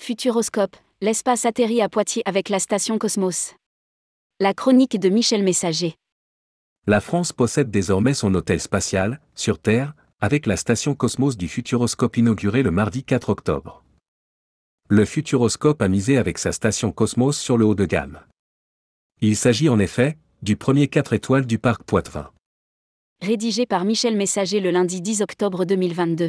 Futuroscope, l'espace atterrit à Poitiers avec la station Cosmos. La chronique de Michel Messager. La France possède désormais son hôtel spatial, sur Terre, avec la station Cosmos du Futuroscope inaugurée le mardi 4 octobre. Le Futuroscope a misé avec sa station Cosmos sur le haut de gamme. Il s'agit en effet, du premier 4 étoiles du parc Poitevin. Rédigé par Michel Messager le lundi 10 octobre 2022.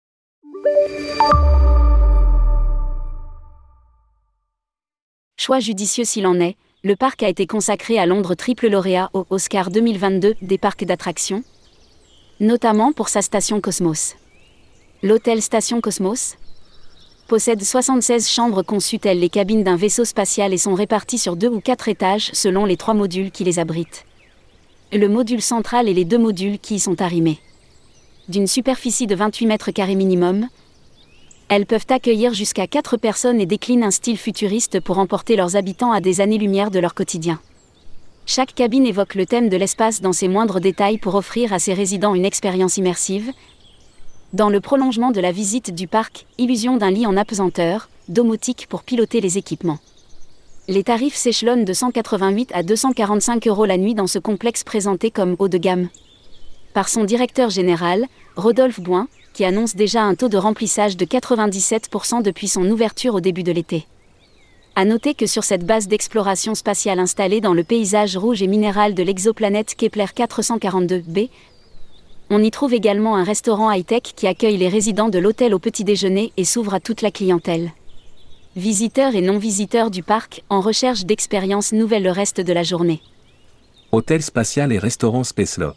Choix judicieux s'il en est, le parc a été consacré à Londres triple lauréat au Oscar 2022 des parcs d'attractions, notamment pour sa station Cosmos. L'hôtel Station Cosmos possède 76 chambres conçues telles les cabines d'un vaisseau spatial et sont réparties sur 2 ou 4 étages selon les 3 modules qui les abritent. Le module central et les 2 modules qui y sont arrimés. D'une superficie de 28 mètres carrés minimum, elles peuvent accueillir jusqu'à 4 personnes et déclinent un style futuriste pour emporter leurs habitants à des années-lumière de leur quotidien. Chaque cabine évoque le thème de l'espace dans ses moindres détails pour offrir à ses résidents une expérience immersive. Dans le prolongement de la visite du parc, illusion d'un lit en apesanteur, domotique pour piloter les équipements. Les tarifs s'échelonnent de 188 à 245 € la nuit dans ce complexe présenté comme haut de gamme. Par son directeur général, Rodolphe Bouin, qui annonce déjà un taux de remplissage de 97% depuis son ouverture au début de l'été. À noter que sur cette base d'exploration spatiale installée dans le paysage rouge et minéral de l'exoplanète Kepler 442b, on y trouve également un restaurant high-tech qui accueille les résidents de l'hôtel au petit déjeuner et s'ouvre à toute la clientèle. Visiteurs et non-visiteurs du parc en recherche d'expériences nouvelles le reste de la journée. Hôtel spatial et restaurant Spacelop.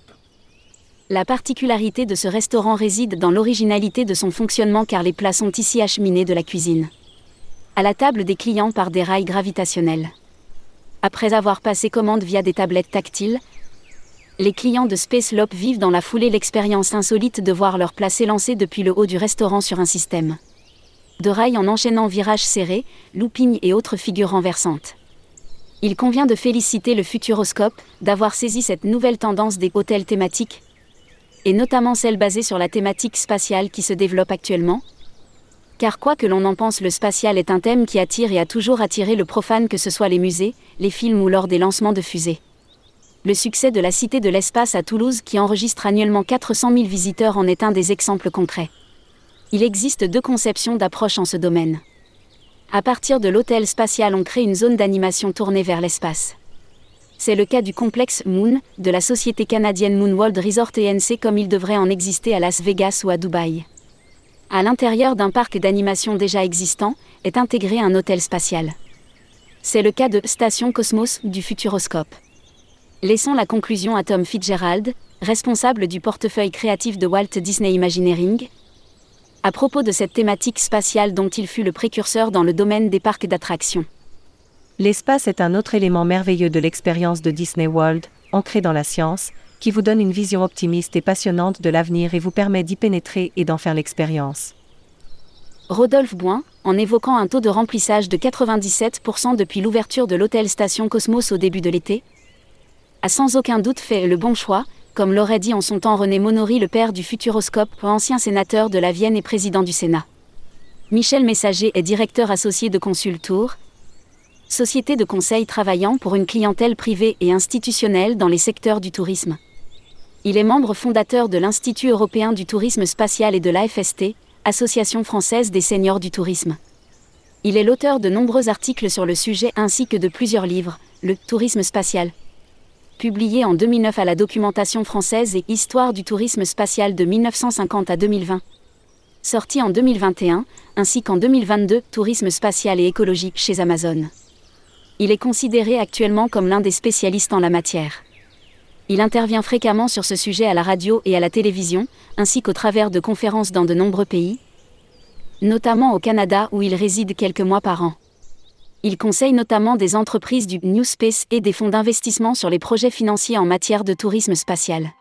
La particularité de ce restaurant réside dans l'originalité de son fonctionnement car les plats sont ici acheminés de la cuisine à la table des clients par des rails gravitationnels. Après avoir passé commande via des tablettes tactiles, les clients de Spacelop vivent dans la foulée l'expérience insolite de voir leurs plats s'élancer depuis le haut du restaurant sur un système de rails en enchaînant virages serrés, loopings et autres figures renversantes. Il convient de féliciter le Futuroscope d'avoir saisi cette nouvelle tendance des hôtels thématiques, et notamment celle basée sur la thématique spatiale qui se développe actuellement. Car quoi que l'on en pense, le spatial est un thème qui attire et a toujours attiré le profane, que ce soit les musées, les films ou lors des lancements de fusées. Le succès de la Cité de l'Espace à Toulouse, qui enregistre annuellement 400 000 visiteurs, en est un des exemples concrets. Il existe 2 conceptions d'approche en ce domaine. À partir de l'hôtel spatial, on crée une zone d'animation tournée vers l'espace. C'est le cas du complexe Moon, de la société canadienne Moon World Resort ENC, comme il devrait en exister à Las Vegas ou à Dubaï. À l'intérieur d'un parc d'animation déjà existant, est intégré un hôtel spatial. C'est le cas de Station Cosmos du Futuroscope. Laissons la conclusion à Tom Fitzgerald, responsable du portefeuille créatif de Walt Disney Imagineering, à propos de cette thématique spatiale dont il fut le précurseur dans le domaine des parcs d'attractions. L'espace est un autre élément merveilleux de l'expérience de Disney World, ancré dans la science, qui vous donne une vision optimiste et passionnante de l'avenir et vous permet d'y pénétrer et d'en faire l'expérience. Rodolphe Bouin, en évoquant un taux de remplissage de 97% depuis l'ouverture de l'hôtel Station Cosmos au début de l'été, a sans aucun doute fait le bon choix, comme l'aurait dit en son temps René Monory, le père du Futuroscope, ancien sénateur de la Vienne et président du Sénat. Michel Messager est directeur associé de Consultour, société de conseil travaillant pour une clientèle privée et institutionnelle dans les secteurs du tourisme. Il est membre fondateur de l'Institut européen du tourisme spatial et de l'AFST, Association française des seniors du tourisme. Il est l'auteur de nombreux articles sur le sujet ainsi que de plusieurs livres, Le tourisme spatial, publié en 2009 à la Documentation française, et Histoire du tourisme spatial de 1950 à 2020. Sorti en 2021, ainsi qu'en 2022, Tourisme spatial et écologie chez Amazon. Il est considéré actuellement comme l'un des spécialistes en la matière. Il intervient fréquemment sur ce sujet à la radio et à la télévision, ainsi qu'au travers de conférences dans de nombreux pays, notamment au Canada où il réside quelques mois par an. Il conseille notamment des entreprises du New Space et des fonds d'investissement sur les projets financiers en matière de tourisme spatial.